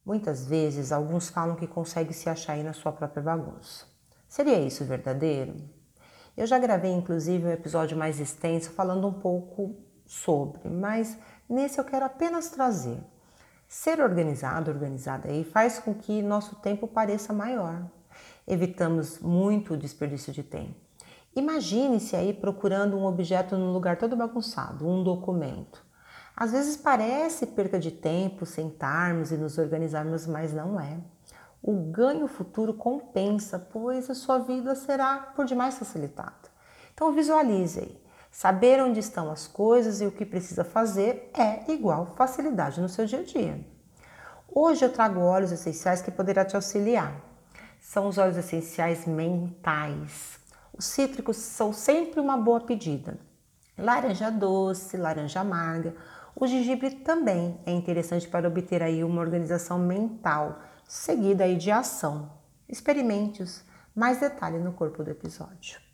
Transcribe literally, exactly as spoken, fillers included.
Muitas vezes, alguns falam que conseguem se achar aí na sua própria bagunça. Seria isso verdadeiro? Eu já gravei, inclusive, um episódio mais extenso falando um pouco sobre, mas nesse eu quero apenas trazer. Ser organizado, organizada aí, faz com que nosso tempo pareça maior. Evitamos muito o desperdício de tempo. Imagine-se aí procurando um objeto num lugar todo bagunçado, um documento. Às vezes parece perda de tempo sentarmos e nos organizarmos, mas não é. O ganho futuro compensa, pois a sua vida será por demais facilitada. Então visualize aí. Saber onde estão as coisas e o que precisa fazer é igual facilidade no seu dia a dia. Hoje eu trago óleos essenciais que poderá te auxiliar. São os óleos essenciais mentais. Os cítricos são sempre uma boa pedida. Laranja doce, laranja amarga. O gengibre também é interessante para obter aí uma organização mental, seguida aí de ação. Experimente-os. Mais detalhe no corpo do episódio.